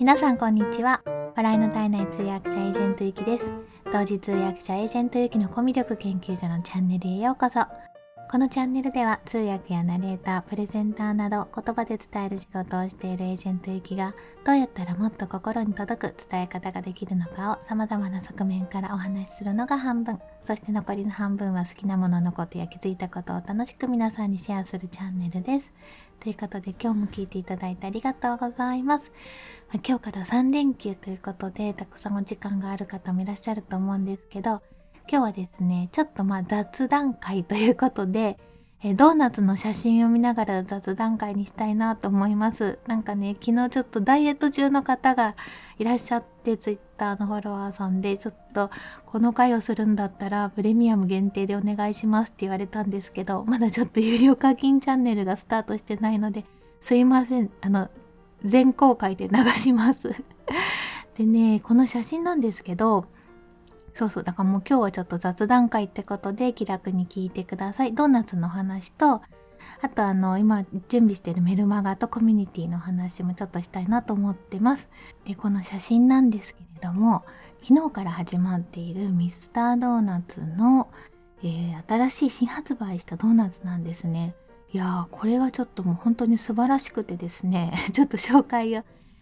皆さんこんにちは。笑いの絶えない通訳者エージェントゆきです。同時通訳者エージェントゆきのコミュ力研究所のチャンネルへようこそ。このチャンネルでは通訳やナレーター、プレゼンターなど言葉で伝える仕事をしているエージェントゆきがどうやったらもっと心に届く伝え方ができるのかを様々な側面からお話しするのが半分、そして残りの半分は好きなもののことや気づいたことを楽しく皆さんにシェアするチャンネルです。ということで今日も聞いていただいてありがとうございます。今日から3連休ということでたくさんお時間がある方もいらっしゃると思うんですけど、今日はですねちょっと雑談会ということでドーナツの写真を見ながら雑談会にしたいなと思います。なんかね、昨日ちょっとダイエット中の方がいらっしゃって、ツイッターのフォロワーさんでちょっとこの会をするんだったらプレミアム限定でお願いしますって言われたんですけど、まだちょっと有料課金チャンネルがスタートしてないのですいません、全公開で流しますでね、この写真なんですけど、そうだからもう今日はちょっと雑談会ってことで気楽に聞いてください。ドーナツの話と、あと今準備しているメルマガとコミュニティの話もちょっとしたいなと思ってます。で、この写真なんですけれども、昨日から始まっているミスタードーナツの、新しい新発売したドーナツなんですね。いやー、これがちょっともう本当に素晴らしくてですねちょっと紹介を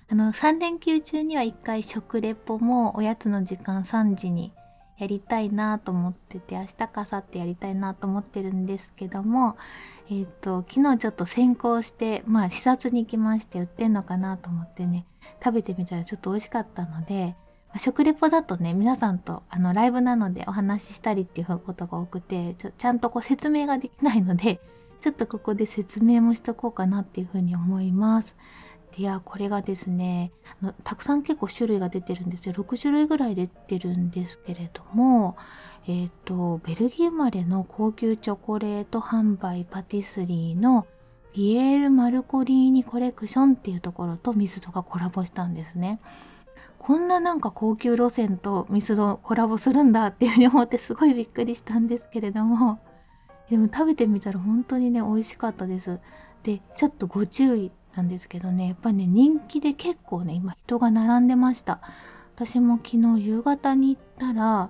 3連休中には1回食レポもおやつの時間3時にやりたいなと思ってて、明日か明後日やりたいなと思ってるんですけども、昨日ちょっと先行して視察に行きまして、売ってんのかなと思ってね食べてみたらちょっと美味しかったので、食レポだとね皆さんとライブなのでお話ししたりっていうことが多くてちゃんと説明ができないので、ちょっとここで説明もしとこうかなっていうふうに思います。いや、これがですねたくさん結構種類が出てるんですよ。6種類ぐらい出てるんですけれども、ベルギー生まれの高級チョコレート販売パティスリーのピエール・マルコリーニコレクションっていうところとミスドがコラボしたんですね。こんな高級路線とミスドコラボするんだっていうふうに思ってすごいびっくりしたんですけれども、でも食べてみたら本当にね美味しかったです。で、ちょっとご注意なんですけどね、やっぱりね人気で結構ね今人が並んでました。私も昨日夕方に行ったら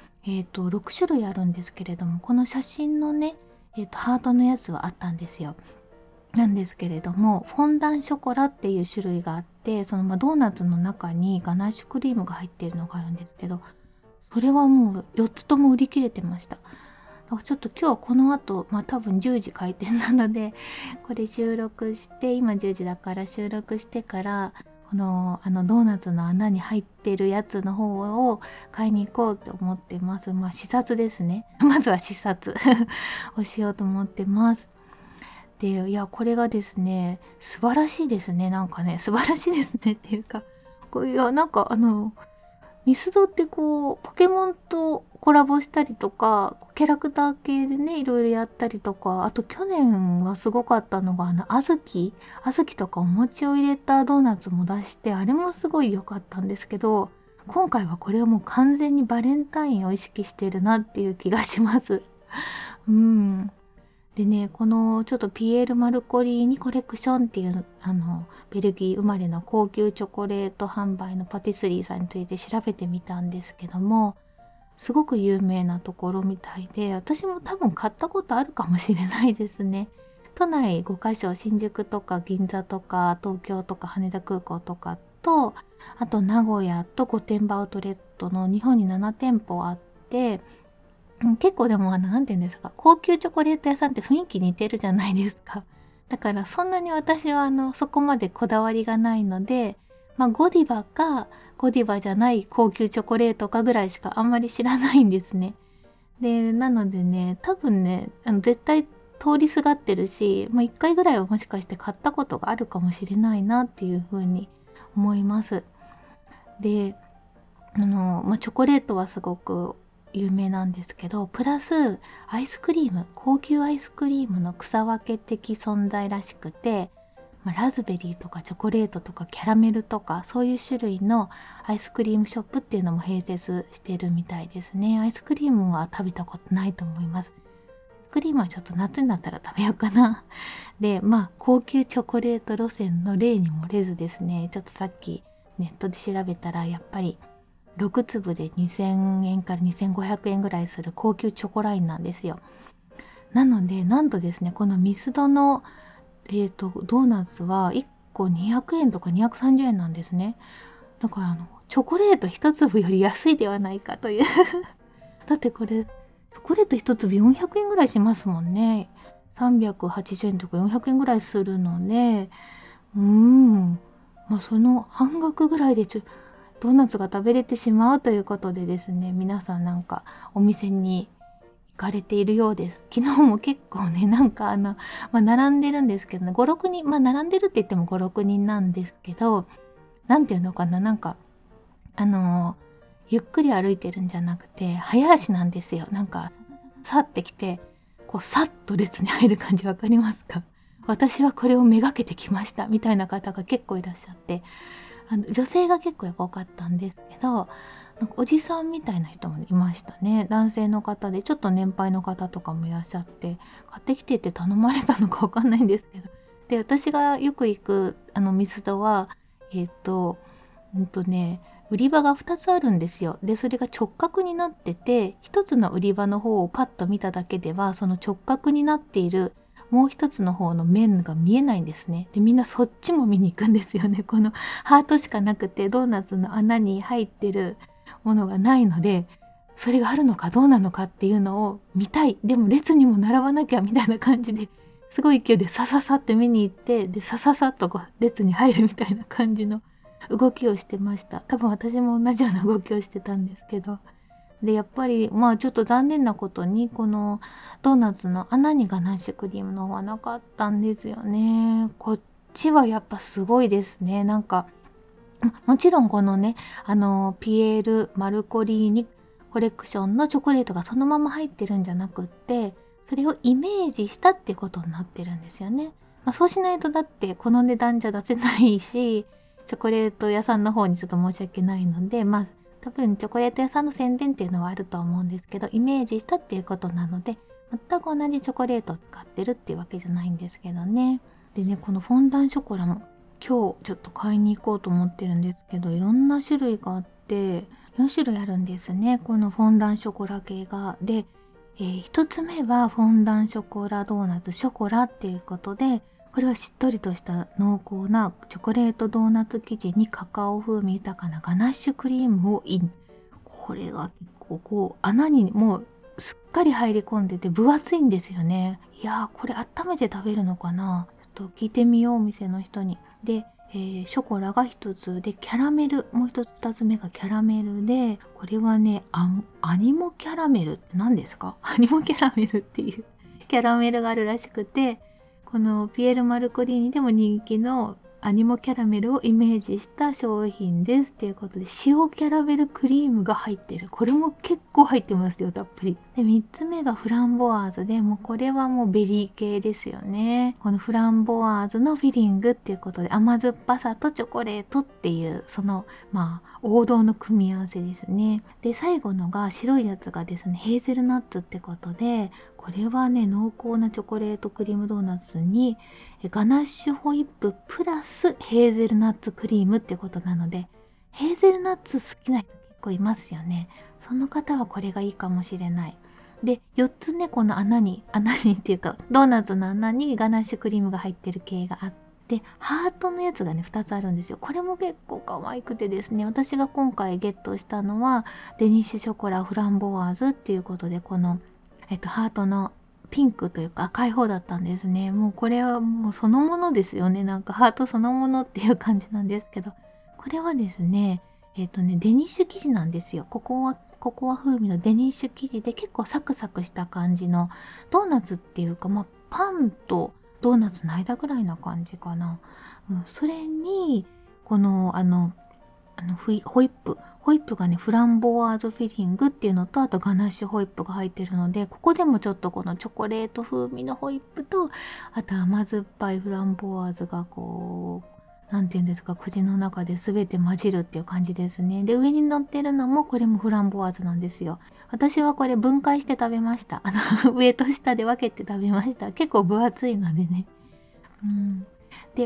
6種類あるんですけれども、この写真のねハートのやつはあったんですよ。なんですけれども、フォンダンショコラっていう種類があって、そのドーナツの中にガナッシュクリームが入っているのがあるんですけど、それはもう4つとも売り切れてました。だからちょっと今日はこの後、多分10時開店なのでこれ収録して、今10時だから収録してからこのドーナツの穴に入ってるやつの方を買いに行こうと思ってます。視察ですねまずは視察をしようと思ってます。で、いやこれがですね素晴らしいですね。素晴らしいですねっていうか、ミスドってポケモンとコラボしたりとか、キャラクター系でねいろいろやったりとか、あと去年はすごかったのが小豆とかお餅を入れたドーナツも出して、あれもすごい良かったんですけど、今回はこれはもう完全にバレンタインを意識してるなっていう気がしますでね、このちょっとピエール・マルコリーニコレクションっていうベルギー生まれの高級チョコレート販売のパティスリーさんについて調べてみたんですけども、すごく有名なところみたいで、私も多分買ったことあるかもしれないですね。都内5カ所、新宿とか銀座とか東京とか羽田空港とかと、あと名古屋と御殿場アウトレットの日本に7店舗あって、結構でもなんていうんですか、高級チョコレート屋さんって雰囲気似てるじゃないですか。だからそんなに私はそこまでこだわりがないので、ゴディバかゴディバじゃない高級チョコレートかぐらいしかあんまり知らないんですね。で、なのでね多分ね絶対通りすがってるし、1回ぐらいはもしかして買ったことがあるかもしれないなっていうふうに思います。で、チョコレートはすごく有名なんですけど、プラスアイスクリーム、高級アイスクリームの草分け的存在らしくて、ラズベリーとかチョコレートとかキャラメルとかそういう種類のアイスクリームショップっていうのも併設してるみたいですね。アイスクリームは食べたことないと思います。アイスクリームはちょっと夏になったら食べようかなで、高級チョコレート路線の例に漏れずですね、ちょっとさっきネットで調べたらやっぱり6粒で2000円から2500円ぐらいする高級チョコラインなんですよ。なのでなんとですね、このミスドの、ドーナツは1個200円とか230円なんですね。だからチョコレート1粒より安いではないかというだってこれチョコレート1粒400円ぐらいしますもんね。380円とか400円ぐらいするので、その半額ぐらいでドーナツが食べれてしまうということでですね、皆さんなんかお店に行かれているようです。昨日も結構ね、なんか並んでるんですけどね、5、6人、並んでるって言っても5、6人なんですけど、なんていうのかな、なんかゆっくり歩いてるんじゃなくて早足なんですよ。なんかさってきてこうさっと列に入る感じ、わかりますか？私はこれをめがけてきましたみたいな方が結構いらっしゃって、女性が結構やっぱ多かったんですけど、なんかおじさんみたいな人もいましたね。男性の方でちょっと年配の方とかもいらっしゃって、買ってきてって頼まれたのかわかんないんですけど、で私がよく行くミスドは売り場が2つあるんですよ。でそれが直角になってて、1つの売り場の方をパッと見ただけではその直角になっているもう一つの方の面が見えないんですね。でみんなそっちも見に行くんですよね。このハートしかなくてドーナツの穴に入ってるものがないので、それがあるのかどうなのかっていうのを見たい、でも列にも並ばなきゃみたいな感じですごい勢いでさささって見に行って、でさささっとこう列に入るみたいな感じの動きをしてました。多分私も同じような動きをしてたんですけど、でやっぱりちょっと残念なことにこのドーナツの穴にガナッシュクリームの方はなかったんですよね。こっちはやっぱすごいですね。なんかもちろんこのねピエール・マルコリーニコレクションのチョコレートがそのまま入ってるんじゃなくって、それをイメージしたっていうことになってるんですよね。そうしないとだってこの値段じゃ出せないし、チョコレート屋さんの方にちょっと申し訳ないので、多分チョコレート屋さんの宣伝っていうのはあると思うんですけど、イメージしたっていうことなので全く同じチョコレートを使ってるっていうわけじゃないんですけどね。でね、このフォンダンショコラも今日ちょっと買いに行こうと思ってるんですけど、いろんな種類があって4種類あるんですね、このフォンダンショコラ系が。で、1つ目はフォンダンショコラドーナツショコラっていうことで、これはしっとりとした濃厚なチョコレートドーナツ生地にカカオ風味豊かなガナッシュクリームをイン。これが結構こう穴にもうすっかり入り込んでて分厚いんですよね。いやー、これ温めて食べるのかな、ちょっと聞いてみよう、お店の人に。で、ショコラが1つで、キャラメルもう1つ、2つ目がキャラメルで、これはねアニモキャラメルって何ですか？アニモキャラメルっていうキャラメルがあるらしくて、このピエール・マルコリーニでも人気のアニモキャラメルをイメージした商品ですっていうことで、塩キャラメルクリームが入ってる。これも結構入ってますよ、たっぷり。で3つ目がフランボワーズで、もうこれはもうベリー系ですよね。このフランボワーズのフィリングっていうことで、甘酸っぱさとチョコレートっていうその王道の組み合わせですね。で最後のが白いやつがですね、ヘーゼルナッツってことで、これはね濃厚なチョコレートクリームドーナツにガナッシュホイッププラスヘーゼルナッツクリームっていうことなので、ヘーゼルナッツ好きな人結構いますよね。その方はこれがいいかもしれない。で4つね、この穴にっていうかドーナツの穴にガナッシュクリームが入ってる系があって、ハートのやつがね2つあるんですよ。これも結構可愛くてですね、私が今回ゲットしたのはデニッシュショコラフランボワーズっていうことで、このハートのピンクというか赤い方だったんですね。もうこれはもうそのものですよね。なんかハートそのものっていう感じなんですけど、これはですねデニッシュ生地なんですよ。ココア風味のデニッシュ生地で、結構サクサクした感じのドーナツっていうか、パンとドーナツの間ぐらいな感じかな。それにこのホイップがねフランボワーズフィリングっていうのと、あとガナッシュホイップが入ってるので、ここでもちょっとこのチョコレート風味のホイップと、あと甘酸っぱいフランボワーズがこうなんていうんですか、口の中で全て混じるっていう感じですね。で上に乗ってるのもこれもフランボワーズなんですよ。私はこれ分解して食べました。上と下で分けて食べました。結構分厚いのでね。で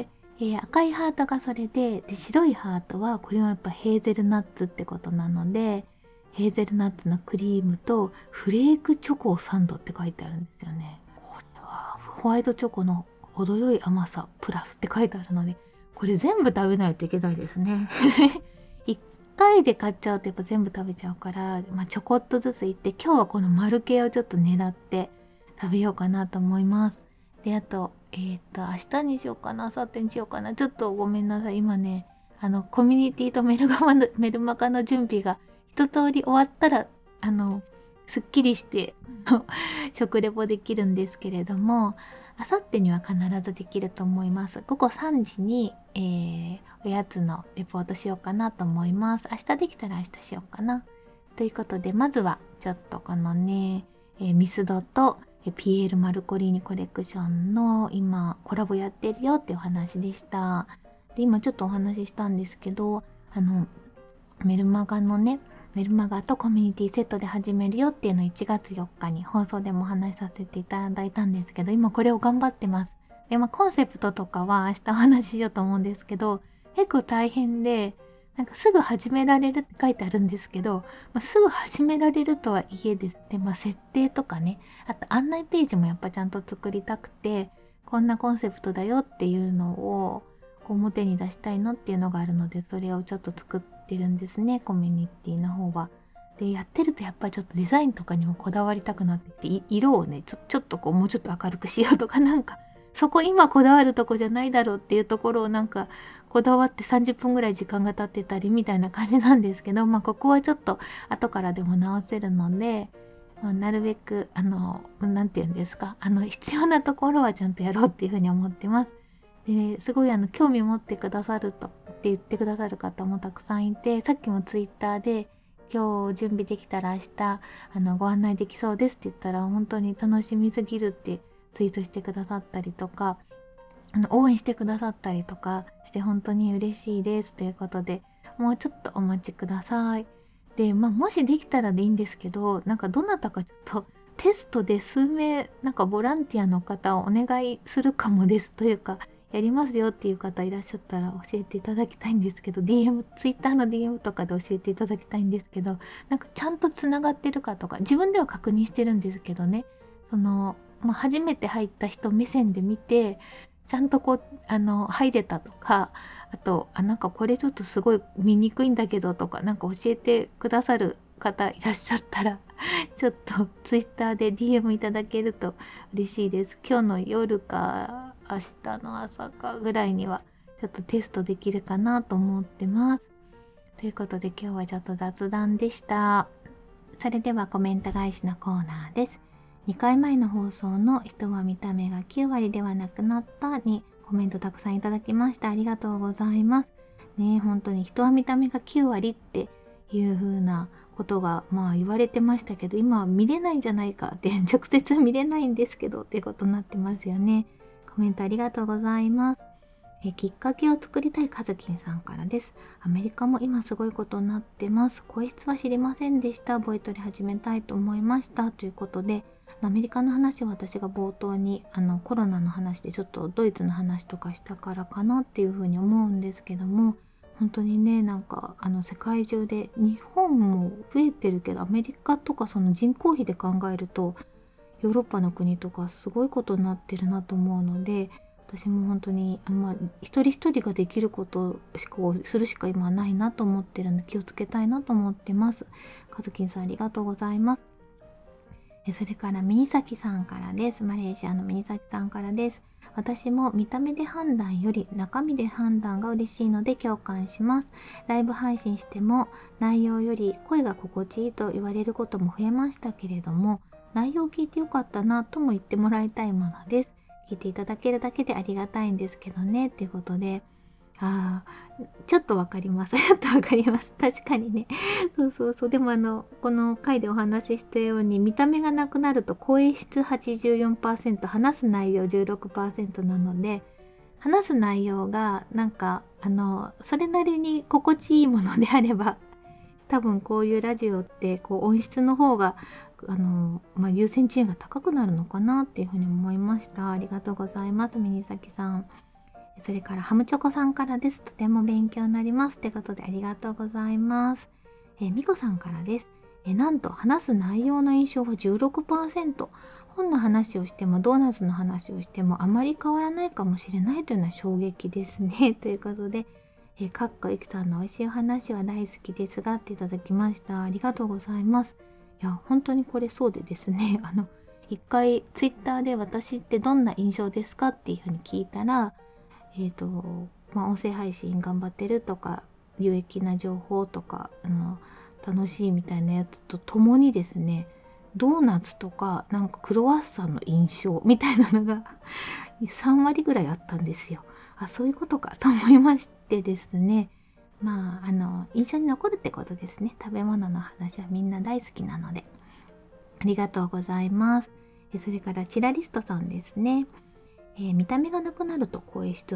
赤いハートがそれで、白いハートはこれはやっぱヘーゼルナッツってことなので、ヘーゼルナッツのクリームとフレークチョコサンドって書いてあるんですよね。これはホワイトチョコの程よい甘さプラスって書いてあるので、これ全部食べないといけないですね。1回で買っちゃうとやっぱ全部食べちゃうから、ちょこっとずついって、今日はこの丸系をちょっと狙って食べようかなと思います。で、あと明日にしようかな、明後日にしようかな、ちょっとごめんなさい、今ねコミュニティとメルマガの準備が一通り終わったらすっきりして食レポできるんですけれども、明後日には必ずできると思います。午後3時に、おやつのレポートしようかなと思います。明日できたら明日しようかなということで、まずはちょっとこのね、ミスドとピエール・マルコリーニコレクションの今コラボやってるよっていうお話でした。で、今ちょっとお話ししたんですけど、メルマガとコミュニティセットで始めるよっていうのを1月4日に放送でもお話しさせていただいたんですけど、今これを頑張ってます。で、コンセプトとかは明日お話ししようと思うんですけど、結構大変で、なんかすぐ始められるって書いてあるんですけど、すぐ始められるとはいえですね、設定とかね、あと案内ページもやっぱちゃんと作りたくて、こんなコンセプトだよっていうのをこう表に出したいなっていうのがあるので、それをちょっと作ってるんですね、コミュニティの方は。で、やってるとやっぱりちょっとデザインとかにもこだわりたくなってきて、色をねちょっとこうもうちょっと明るくしようとか、なんかそこ今こだわるとこじゃないだろうっていうところをなんかこだわって30分ぐらい時間が経ってたりみたいな感じなんですけど、ここはちょっと後からでも直せるので、なるべくなんて言うんですか、必要なところはちゃんとやろうっていうふうに思ってます。ですごい興味を持ってくださるとって言ってくださる方もたくさんいて、さっきもツイッターで今日準備できたら明日ご案内できそうですって言ったら、本当に楽しみすぎるってツイートしてくださったりとか、応援してくださったりとかして本当に嬉しいですということで、もうちょっとお待ちください。で、もしできたらでいいんですけど、なんかどなたかちょっとテストで数名なんかボランティアの方をお願いするかもですというか、やりますよっていう方いらっしゃったら教えていただきたいんですけど、Twitter の DM とかで教えていただきたいんですけど、なんかちゃんとつながってるかとか、自分では確認してるんですけどね、初めて入った人目線で見て、ちゃんとこう入れたとか、あとなんかこれちょっとすごい見にくいんだけどとか、なんか教えてくださる方いらっしゃったらちょっと Twitter で DM いただけると嬉しいです。今日の夜か明日の朝かぐらいにはちょっとテストできるかなと思ってます。ということで今日はちょっと雑談でした。それではコメント返しのコーナーです。2回前の放送の人は見た目が9割ではなくなったにコメントたくさんいただきました。ありがとうございます。ね、本当に人は見た目が9割っていう風なことが言われてましたけど、今は見れないんじゃないかって直接見れないんですけどっていうことになってますよね。コメントありがとうございます。きっかけを作りたいカズキンさんからです。アメリカも今すごいことになってます。声質は知りませんでした。ボイトレ始めたいと思いましたということで、アメリカの話は私が冒頭にコロナの話でちょっとドイツの話とかしたからかなっていうふうに思うんですけども、本当にね、なんか世界中で、日本も増えてるけどアメリカとかその人口比で考えるとヨーロッパの国とかすごいことになってるなと思うので、私も本当に一人一人ができることをするしか今はないなと思ってるので、気をつけたいなと思ってます。カズキンさんありがとうございます。それからミニサキさんからです。マレーシアのミニサキさんからです。私も見た目で判断より中身で判断が嬉しいので共感します。ライブ配信しても内容より声が心地いいと言われることも増えましたけれども、内容を聞いてよかったなとも言ってもらいたいものです。聞いていただけるだけでありがたいんですけどねっていうことで、ちょっとわかりますちょっとわかります。確かにねそうでもこの回でお話ししたように、見た目がなくなると声質 84%、 話す内容 16% なので、話す内容がなんかそれなりに心地いいものであれば、多分こういうラジオってこう音質の方が優先順位が高くなるのかなっていうふうに思いました。ありがとうございます、ミニサキさん。 それからハムチョコさんからです。とても勉強になりますということでありがとうございます。みこさんからです。なんと話す内容の印象は 16%、 本の話をしてもドーナツの話をしてもあまり変わらないかもしれないというのは衝撃ですねということで、かっこいくさんの美味しいお話は大好きですがっていただきました。ありがとうございます。いや本当にこれそうでですね一回ツイッターで私ってどんな印象ですかっていうふうに聞いたら、音声配信頑張ってるとか有益な情報とか楽しいみたいなやつとともにですね、ドーナツとかなんかクロワッサンの印象みたいなのが3割ぐらいあったんですよ。そういうことかと思いましてですね、印象に残るってことですね。食べ物の話はみんな大好きなのでありがとうございます。それからチラリストさんですね。見た目がなくなると声質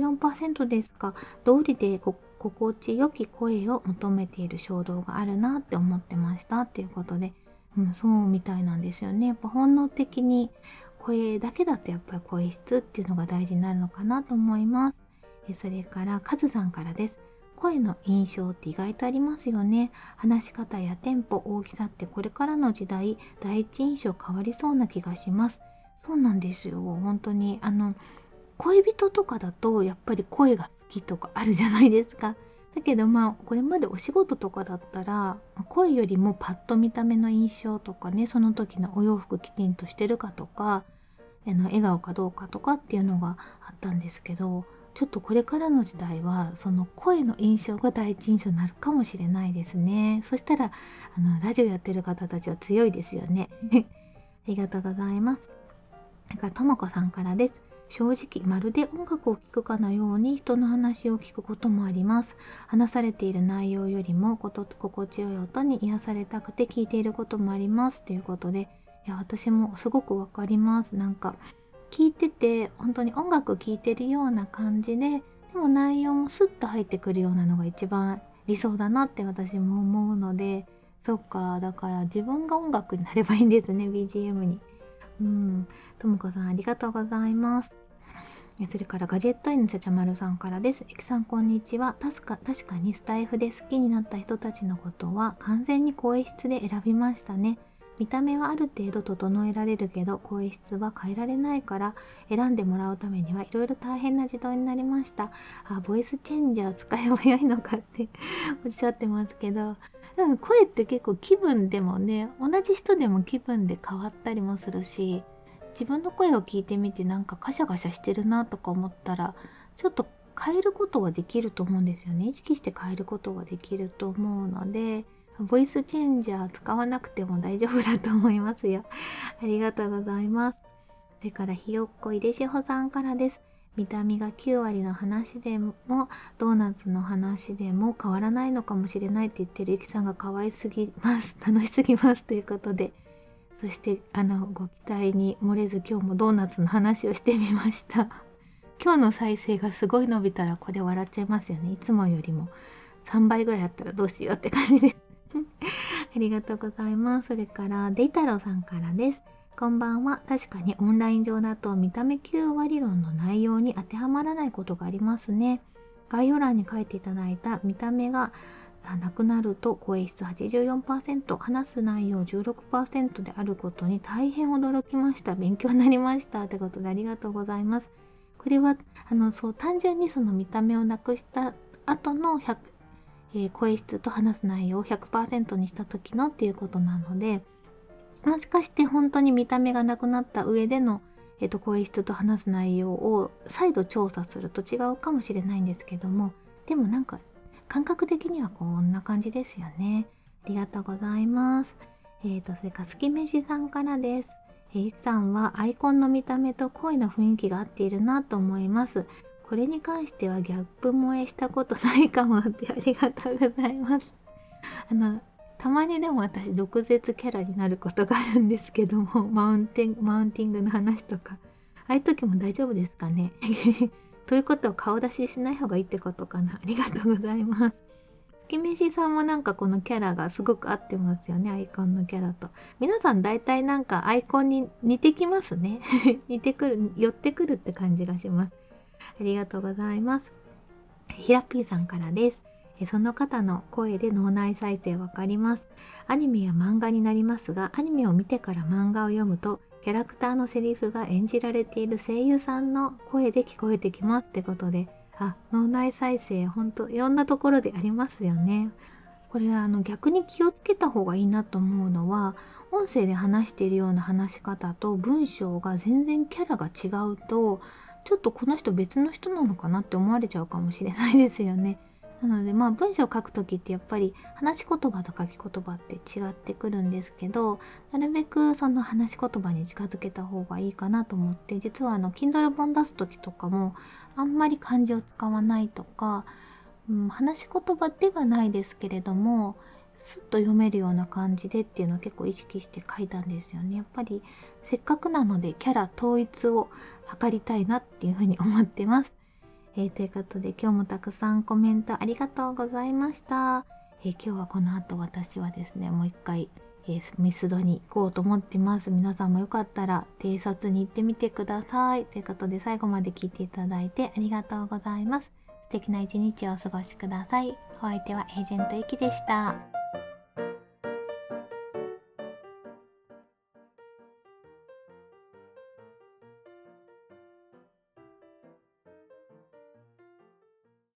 84% ですが、道理で心地よき声を求めている衝動があるなって思ってましたっていうことで、そうみたいなんですよね。やっぱ本能的に声だけだとやっぱり声質っていうのが大事になるのかなと思います。それからカズさんからです。声の印象って意外とありますよね。話し方やテンポ、大きさってこれからの時代第一印象変わりそうな気がします。そうなんですよ。本当に恋人とかだとやっぱり声が好きとかあるじゃないですか。だけどこれまでお仕事とかだったら声よりもパッと見た目の印象とかね、その時のお洋服きちんとしてるかとか笑顔かどうかとかっていうのがあったんですけど、ちょっとこれからの時代はその声の印象が第一印象になるかもしれないですね。そしたらラジオやってる方たちは強いですよねありがとうございます。ともこさんからです。正直まるで音楽を聴くかのように人の話を聞くこともあります。話されている内容よりも心地よい音に癒されたくて聞いていることもありますということで、いや私もすごくわかります。なんか聞いてて本当に音楽聴いてるような感じで、でも内容もスッと入ってくるようなのが一番理想だなって私も思うので、そっか、だから自分が音楽になればいいんですね、 BGM に。ともこさんありがとうございます。それからガジェットインのちゃちゃまるさんからです。ゆきさんこんにちは。確かにスタイフで好きになった人たちのことは完全に声質で選びましたね。見た目はある程度整えられるけど声質は変えられないから選んでもらうためにはいろいろ大変な時代になりました。ボイスチェンジャー使えばよいのかっておっしゃってますけど、でも声って結構気分でもね、同じ人でも気分で変わったりもするし、自分の声を聞いてみてなんかカシャカシャしてるなとか思ったらちょっと変えることはできると思うんですよね。意識して変えることはできると思うので、ボイスチェンジャー使わなくても大丈夫だと思いますよ。ありがとうございます。それからひよっこいでしほさんからです。見た目が9割の話でもドーナツの話でも変わらないのかもしれないって言ってるゆきさんが可愛すぎます、楽しすぎますということで、そしてご期待に漏れず今日もドーナツの話をしてみました今日の再生がすごい伸びたらこれ笑っちゃいますよね。いつもよりも3倍ぐらいあったらどうしようって感じですありがとうございます。それからデイ太郎さんからです。こんばんは。確かにオンライン上だと見た目9割論の内容に当てはまらないことがありますね。概要欄に書いていただいた見た目がなくなると声質 84%、 話す内容 16% であることに大変驚きました。勉強になりましたということでありがとうございます。これは単純にその見た目をなくした後の声質と話す内容を 100% にした時のっていうことなので、もしかして本当に見た目がなくなった上での、声質と話す内容を再度調査すると違うかもしれないんですけども、でもなんか感覚的にはこんな感じですよね。ありがとうございます。それから月飯さんからです。ゆきさんはアイコンの見た目と声の雰囲気が合っているなと思います。これに関してはギャップ萌えしたことないかもってありがとうございます。たまにでも私毒舌キャラになることがあるんですけども、マウンティングの話とか、ああいう時も大丈夫ですかねということは顔出ししない方がいいってことかな。ありがとうございます。月飯さんもなんかこのキャラがすごく合ってますよね、アイコンのキャラと。皆さん大体なんかアイコンに似てきますね似てくる、寄ってくるって感じがします。 ありがとうございます。ひらっぴーさんからです。その方の声で脳内再生わかります。アニメや漫画になりますが、アニメを見てから漫画を読むと、キャラクターのセリフが演じられている声優さんの声で聞こえてきますってことで、脳内再生ほんといろんなところでありますよね。これは逆に気をつけた方がいいなと思うのは、音声で話しているような話し方と文章が全然キャラが違うと、ちょっとこの人別の人なのかなって思われちゃうかもしれないですよね。なので文章を書くときってやっぱり話し言葉と書き言葉って違ってくるんですけど、なるべくその話し言葉に近づけた方がいいかなと思って、実はKindle 本出すときとかもあんまり漢字を使わないとか、話し言葉ではないですけれどもスッと読めるような感じでっていうのを結構意識して書いたんですよね。やっぱりせっかくなのでキャラ統一を図りたいなっていうふうに思ってます。ということで今日もたくさんコメントありがとうございました。今日はこの後私はですねもう一回、ミスドに行こうと思ってます。皆さんもよかったら偵察に行ってみてください。ということで最後まで聞いていただいてありがとうございます。素敵な一日をお過ごしください。お相手はエージェントゆきでした。